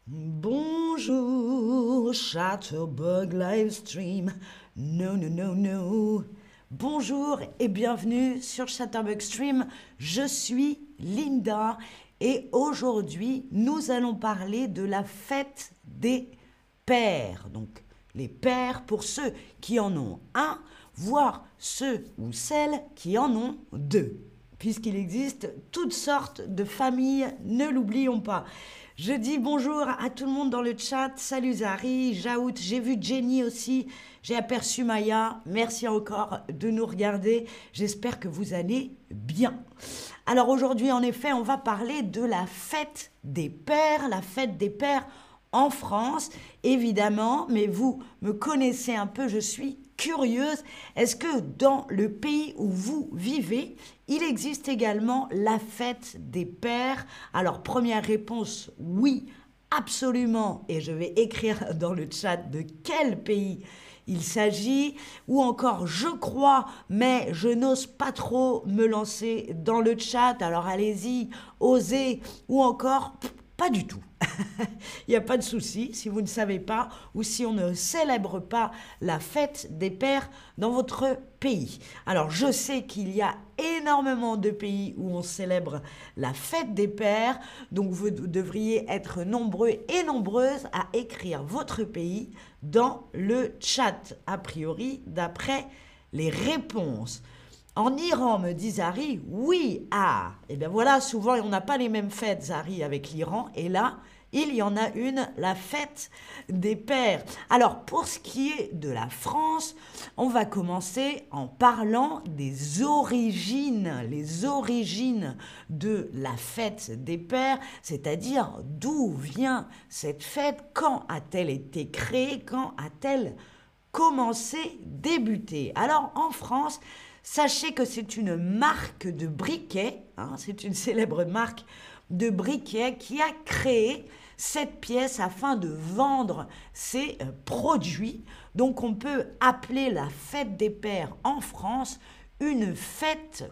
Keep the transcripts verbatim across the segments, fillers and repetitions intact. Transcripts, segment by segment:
Bonjour, Chatterbug Livestream. No, no, no, no. Bonjour et bienvenue sur Chatterbug Stream. Je suis Linda et aujourd'hui, nous allons parler de la fête des pères. Donc, les pères pour ceux qui en ont un, voire ceux ou celles qui en ont deux. Puisqu'il existe toutes sortes de familles, ne l'oublions pas. Je dis bonjour à tout le monde dans le chat. Salut Zari, Jaout, j'ai vu Jenny aussi, j'ai aperçu Maya. Merci encore de nous regarder. J'espère que vous allez bien. Alors aujourd'hui, en effet, on va parler de la fête des pères, la fête des pères en France, évidemment, mais vous me connaissez un peu, je suis curieuse. Est-ce que dans le pays où vous vivez, il existe également la fête des pères? Alors, première réponse, oui, absolument. Et je vais écrire dans le chat de quel pays il s'agit. Ou encore, je crois, mais je n'ose pas trop me lancer dans le chat. Alors, allez-y, osez. Ou encore, pas du tout. Il n'y a pas de souci si vous ne savez pas ou si on ne célèbre pas la fête des pères dans votre pays. Alors, je sais qu'il y a énormément de pays où on célèbre la fête des pères, donc vous devriez être nombreux et nombreuses à écrire votre pays dans le chat, a priori, d'après les réponses. En Iran, me dit Zari, oui, ah, et bien voilà, souvent on n'a pas les mêmes fêtes, Zari, avec l'Iran, et là, il y en a une, la fête des pères. Alors, pour ce qui est de la France, on va commencer en parlant des origines, les origines de la fête des pères, c'est-à-dire d'où vient cette fête, quand a-t-elle été créée, quand a-t-elle commencé, débuté. Alors, en France, sachez que c'est une marque de briquet, hein, c'est une célèbre marque de briquet qui a créé cette pièce afin de vendre ses produits. Donc on peut appeler la fête des pères en France une fête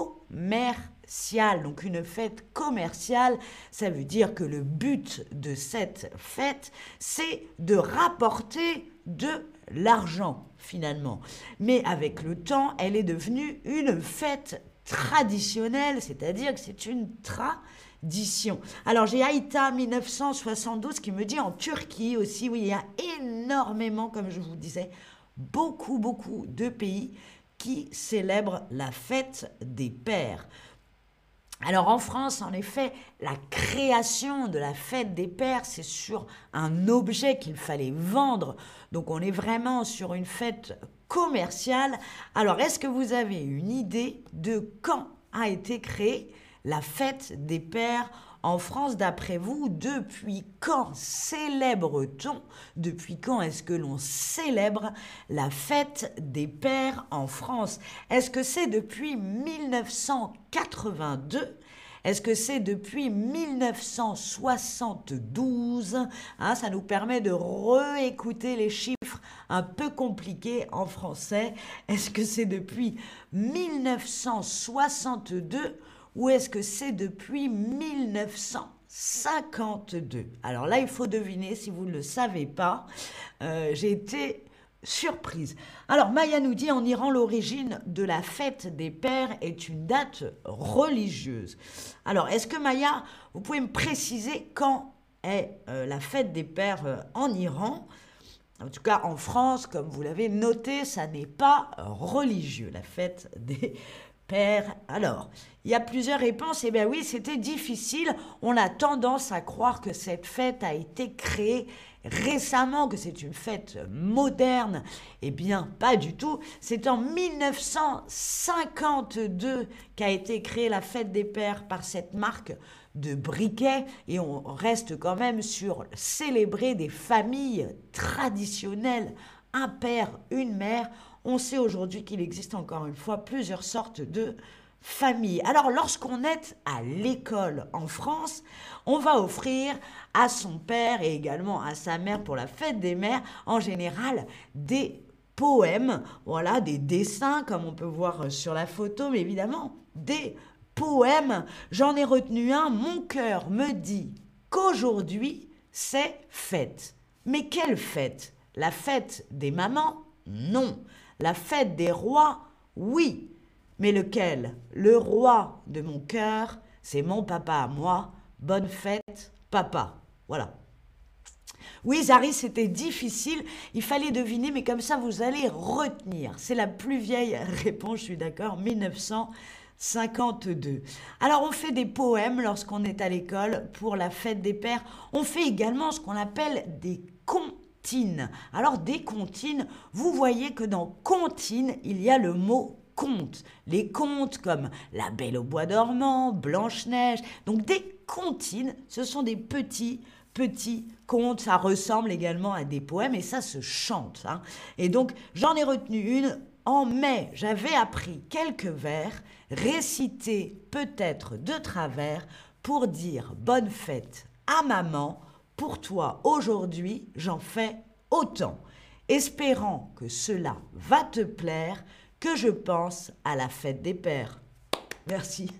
commerciale. Donc une fête commerciale, ça veut dire que le but de cette fête, c'est de rapporter de l'argent finalement. Mais avec le temps, elle est devenue une fête traditionnelle, c'est-à-dire que c'est une tradition. Alors j'ai Aïta mille neuf cent soixante-douze qui me dit en Turquie aussi, oui, il y a énormément, comme je vous disais, beaucoup, beaucoup de pays qui célèbrent la fête des pères. Alors en France, en effet, la création de la fête des pères, c'est sur un objet qu'il fallait vendre. Donc on est vraiment sur une fête commerciale. Alors est-ce que vous avez une idée de quand a été créée la fête des pères en France d'après vous? Depuis quand célèbre-t-on? Depuis quand est-ce que l'on célèbre la fête des pères en France? Est-ce que c'est depuis mille neuf cent quatre-vingt-deux? Est-ce que c'est depuis mille neuf cent soixante-douze? Hein, ça nous permet de réécouter les chiffres un peu compliqués en français. Est-ce que c'est depuis mille neuf cent soixante-deux ou est-ce que c'est depuis mille neuf cent cinquante-deux? Alors là, il faut deviner si vous ne le savez pas. Euh, j'ai été surprise. Alors, Maya nous dit, en Iran, l'origine de la fête des pères est une date religieuse. Alors, est-ce que Maya, vous pouvez me préciser quand est euh, la fête des pères euh, en Iran? En tout cas, en France, comme vous l'avez noté, ça n'est pas religieux, la fête des père. Alors, il y a plusieurs réponses. Eh bien oui, c'était difficile. On a tendance à croire que cette fête a été créée récemment, que c'est une fête moderne. Eh bien, pas du tout. C'est en mille neuf cent cinquante-deux qu'a été créée la fête des pères par cette marque de briquet. Et on reste quand même sur célébrer des familles traditionnelles, un père, une mère. On sait aujourd'hui qu'il existe encore une fois plusieurs sortes de familles. Alors, lorsqu'on est à l'école en France, on va offrir à son père et également à sa mère pour la fête des mères, en général, des poèmes, voilà, des dessins comme on peut voir sur la photo, mais évidemment, des poèmes. J'en ai retenu un. Mon cœur me dit qu'aujourd'hui, c'est fête. Mais quelle fête? La fête des mamans? Non. La fête des rois? Oui. Mais lequel? Le roi de mon cœur, c'est mon papa à moi. Bonne fête, papa. Voilà. Oui, Zari, c'était difficile. Il fallait deviner, mais comme ça, vous allez retenir. C'est la plus vieille réponse, je suis d'accord, mille neuf cent cinquante-deux. Alors, on fait des poèmes lorsqu'on est à l'école pour la fête des pères. On fait également ce qu'on appelle des comptines. Alors, des comptines, vous voyez que dans comptine, il y a le mot contes. Les contes comme La Belle au bois dormant, Blanche-Neige. Donc, des comptines, ce sont des petits petits contes, ça ressemble également à des poèmes et ça se chante. Hein. Et donc, j'en ai retenu une. En mai, j'avais appris quelques vers, récités peut-être de travers, pour dire bonne fête à maman. Pour toi, aujourd'hui, j'en fais autant, espérant que cela va te plaire, que je pense à la fête des pères. Merci,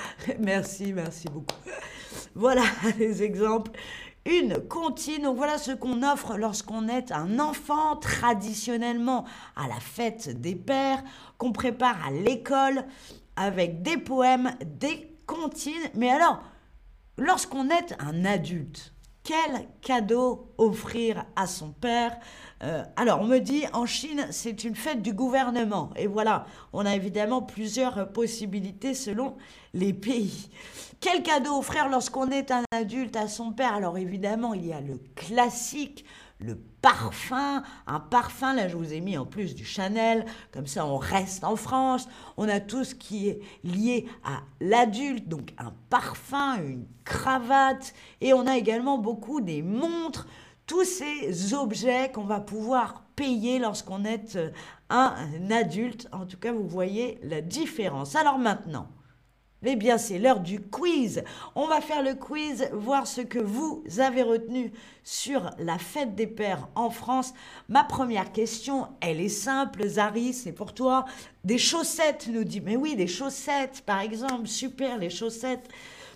merci, merci beaucoup. Voilà les exemples. Une comptine, donc voilà ce qu'on offre lorsqu'on est un enfant, traditionnellement à la fête des pères, qu'on prépare à l'école avec des poèmes, des comptines. Mais alors, lorsqu'on est un adulte, quel cadeau offrir à son père? euh, Alors, on me dit, en Chine, c'est une fête du gouvernement. Et voilà, on a évidemment plusieurs possibilités selon les pays. Quel cadeau offrir lorsqu'on est un adulte à son père? Alors, évidemment, il y a le classique, le parfum. Un parfum, là, je vous ai mis en plus du Chanel. Comme ça, on reste en France. On a tout ce qui est lié à l'adulte. Donc, un parfum, une cravate. Et on a également beaucoup des montres. Tous ces objets qu'on va pouvoir payer lorsqu'on est un adulte. En tout cas, vous voyez la différence. Alors maintenant, eh bien, c'est l'heure du quiz. On va faire le quiz, voir ce que vous avez retenu sur la fête des pères en France. Ma première question, elle est simple, Zari, c'est pour toi. Des chaussettes, nous dit. Mais oui, des chaussettes, par exemple. Super, les chaussettes.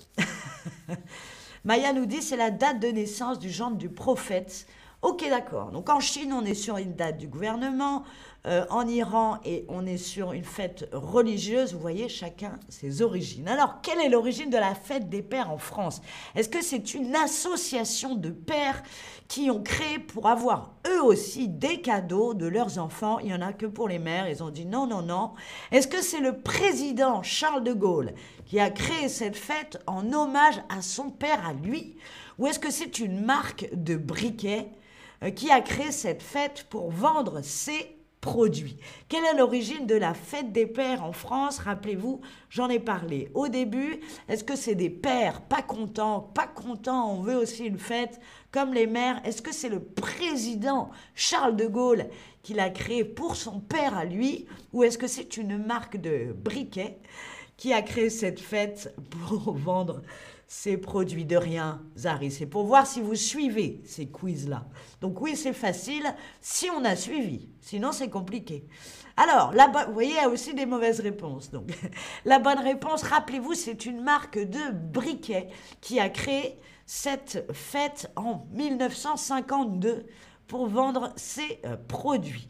Maya nous dit, c'est la date de naissance du gendre du prophète. Ok, d'accord. Donc en Chine, on est sur une date du gouvernement. Euh, en Iran, et on est sur une fête religieuse. Vous voyez, chacun ses origines. Alors, quelle est l'origine de la fête des pères en France? Est-ce que c'est une association de pères qui ont créé pour avoir eux aussi des cadeaux de leurs enfants? Il n'y en a que pour les mères. Ils ont dit non, non, non. Est-ce que c'est le président Charles de Gaulle qui a créé cette fête en hommage à son père, à lui? Ou est-ce que c'est une marque de briquet euh, qui a créé cette fête pour vendre ses produits? Quelle est l'origine de la fête des pères en France? Rappelez-vous, j'en ai parlé au début. Est-ce que c'est des pères pas contents, pas contents, on veut aussi une fête comme les mères? Est-ce que c'est le président Charles de Gaulle qui l'a créé pour son père à lui? Ou est-ce que c'est une marque de briquet qui a créé cette fête pour vendre ces produits? De rien, Zari, c'est pour voir si vous suivez ces quiz-là. Donc oui, c'est facile si on a suivi, sinon c'est compliqué. Alors, là, vous voyez, il y a aussi des mauvaises réponses. Donc, la bonne réponse, rappelez-vous, c'est une marque de briquet qui a créé cette fête en mille neuf cent cinquante-deux pour vendre ses euh, produits.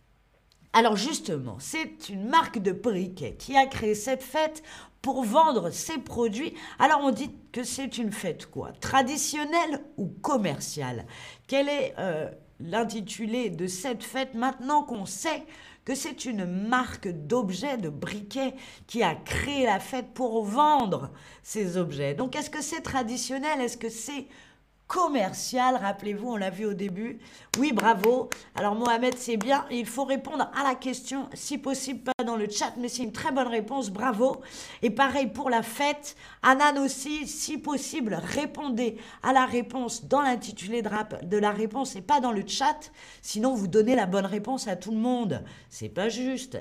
Alors justement, c'est une marque de briquet qui a créé cette fête pour vendre ses produits. Alors on dit que c'est une fête quoi? Traditionnelle ou commerciale? Quel est euh, l'intitulé de cette fête maintenant qu'on sait que c'est une marque d'objets, de briquets qui a créé la fête pour vendre ces objets? Donc est-ce que c'est traditionnel? Est-ce que c'est commercial? Rappelez-vous, on l'a vu au début. Oui, bravo. Alors Mohamed, c'est bien. Il faut répondre à la question, si possible pas dans le chat, mais c'est une très bonne réponse. Bravo. Et pareil pour la fête. Anan aussi, si possible, répondez à la réponse dans l'intitulé de, de la réponse et pas dans le chat. Sinon, vous donnez la bonne réponse à tout le monde. C'est pas juste.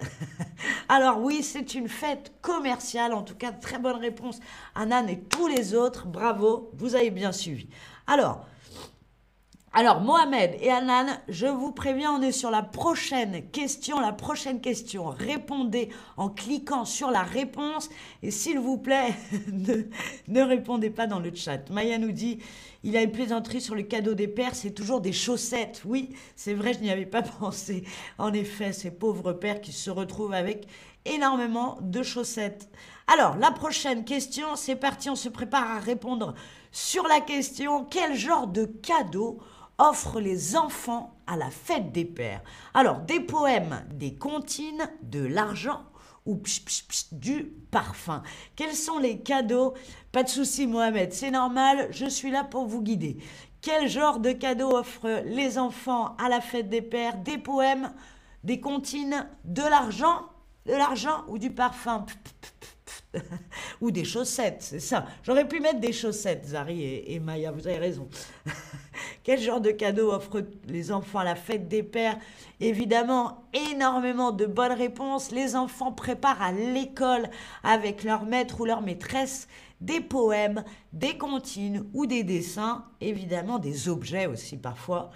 Alors oui, c'est une fête commerciale. En tout cas, très bonne réponse. Anan et tous les autres, bravo. Vous avez bien suivi. Alors, Alors, Mohamed et Anan, je vous préviens, on est sur la prochaine question. La prochaine question, répondez en cliquant sur la réponse. Et s'il vous plaît, ne, ne répondez pas dans le chat. Maya nous dit, il a une plaisanterie sur le cadeau des pères, c'est toujours des chaussettes. Oui, c'est vrai, je n'y avais pas pensé. En effet, ces pauvres pères qui se retrouvent avec énormément de chaussettes. Alors, la prochaine question, c'est parti, on se prépare à répondre sur la question, quel genre de cadeau offrent les enfants à la fête des pères? Alors, des poèmes, des comptines, de l'argent ou psh, psh, psh, du parfum. Quels sont les cadeaux? Pas de souci, Mohamed, c'est normal, je suis là pour vous guider. Quel genre de cadeaux offrent les enfants à la fête des pères? Des poèmes, des comptines, de l'argent, de l'argent ou du parfum? Ou des chaussettes, c'est ça. J'aurais pu mettre des chaussettes, Zari et, et Maya, vous avez raison. Quel genre de cadeau offrent les enfants à la fête des pères? Évidemment, énormément de bonnes réponses. Les enfants préparent à l'école avec leur maître ou leur maîtresse des poèmes, des comptines ou des dessins, évidemment des objets aussi parfois.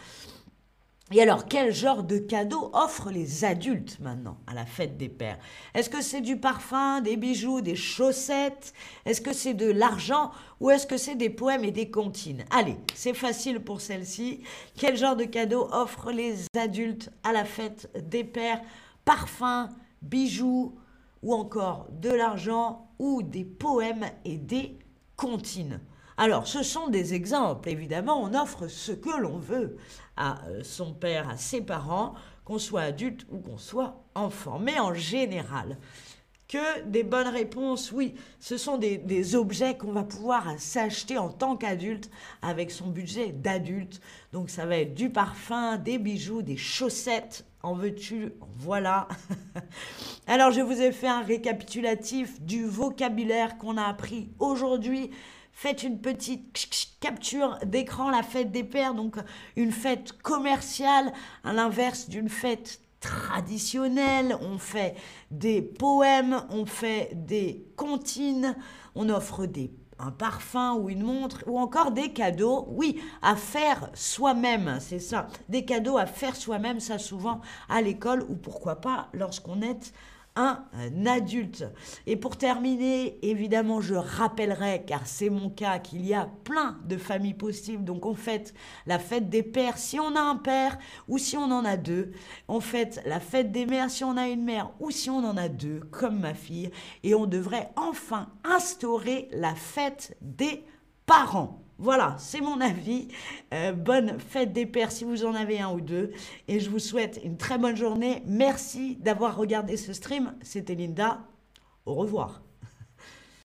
Et alors, quel genre de cadeau offrent les adultes maintenant à la fête des pères? Est-ce que c'est du parfum, des bijoux, des chaussettes? Est-ce que c'est de l'argent ou est-ce que c'est des poèmes et des comptines? Allez, c'est facile pour celle-ci. Quel genre de cadeau offrent les adultes à la fête des pères? Parfum, bijoux ou encore de l'argent ou des poèmes et des comptines? Alors, ce sont des exemples, évidemment, on offre ce que l'on veut à son père, à ses parents, qu'on soit adulte ou qu'on soit enfant. Mais en général, que des bonnes réponses, oui, ce sont des, des objets qu'on va pouvoir s'acheter en tant qu'adulte avec son budget d'adulte. Donc, ça va être du parfum, des bijoux, des chaussettes. En veux-tu? Voilà. Alors, je vous ai fait un récapitulatif du vocabulaire qu'on a appris aujourd'hui. Faites une petite capture d'écran, la fête des pères, donc une fête commerciale, à l'inverse d'une fête traditionnelle. On fait des poèmes, on fait des comptines, on offre des, un parfum ou une montre, ou encore des cadeaux, oui, à faire soi-même, c'est ça, des cadeaux à faire soi-même, ça souvent à l'école, ou pourquoi pas lorsqu'on est un adulte. Et pour terminer, évidemment, je rappellerai, car c'est mon cas, qu'il y a plein de familles possibles. Donc, on fête la fête des pères si on a un père ou si on en a deux. On fête la fête des mères si on a une mère ou si on en a deux, comme ma fille. Et on devrait enfin instaurer la fête des parents. Voilà, c'est mon avis. Euh, bonne fête des pères si vous en avez un ou deux. Et je vous souhaite une très bonne journée. Merci d'avoir regardé ce stream. C'était Linda. Au revoir.